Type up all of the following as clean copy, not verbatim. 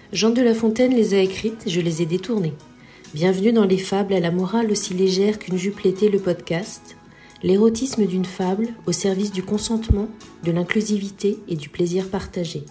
Jean de La Fontaine les a écrites, je les ai détournées. Bienvenue dans les fables à la morale aussi légère qu'une jupe l'était, le podcast. L'érotisme d'une fable au service du consentement, de l'inclusivité et du plaisir partagé.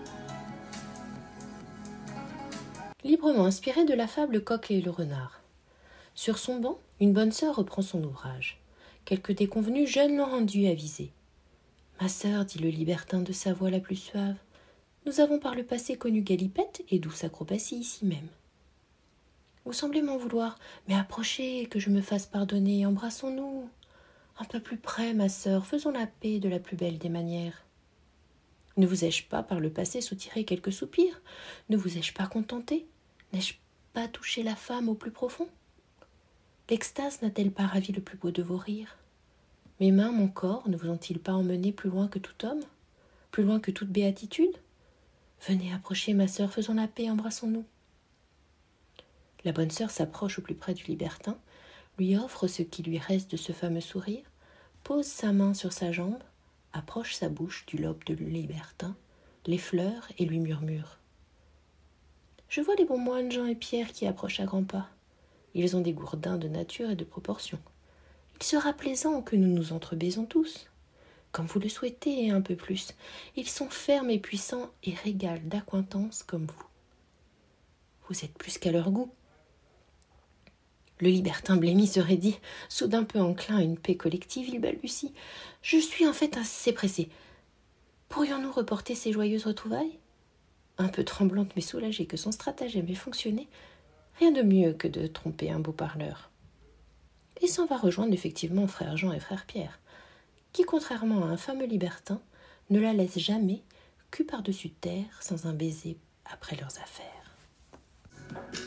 Librement inspiré de la fable Coq et le renard. Sur son banc, une bonne sœur reprend son ouvrage. Quelques déconvenus jeunes l'ont rendue avisée. « Ma sœur, dit le libertin de sa voix la plus suave, nous avons par le passé connu galipette et douce acrobatie ici même. Vous semblez m'en vouloir, mais approchez, que je me fasse pardonner, embrassons-nous. Un peu plus près, ma sœur, faisons la paix de la plus belle des manières. Ne vous ai-je pas par le passé soutiré quelques soupirs? Ne vous ai-je pas contenté? N'ai-je pas touché la femme au plus profond? L'extase n'a-t-elle pas ravi le plus beau de vos rires? Mes mains, mon corps, ne vous ont-ils pas emmené plus loin que tout homme? Plus loin que toute béatitude? Venez approcher, ma sœur, faisons la paix, embrassons-nous. » La bonne sœur s'approche au plus près du libertin, lui offre ce qui lui reste de ce fameux sourire, pose sa main sur sa jambe, approche sa bouche du lobe de libertin, l'effleure et lui murmure. « Je vois les bons moines Jean et Pierre qui approchent à grands pas. Ils ont des gourdins de nature et de proportion. Il sera plaisant que nous nous entrebaisons tous. Comme vous le souhaitez et un peu plus. Ils sont fermes et puissants et régales d'accointance comme vous. Vous êtes plus qu'à leur goût. » Le libertin blêmi se raidit, soudain peu enclin à une paix collective, il balbutie. « Je suis en fait assez pressé. Pourrions-nous reporter ces joyeuses retrouvailles ?» Un peu tremblante mais soulagée que son stratagème ait fonctionné, rien de mieux que de tromper un beau parleur. Et s'en va rejoindre effectivement frère Jean et frère Pierre, qui, contrairement à un fameux libertin, ne la laisse jamais cul par-dessus terre sans un baiser après leurs affaires.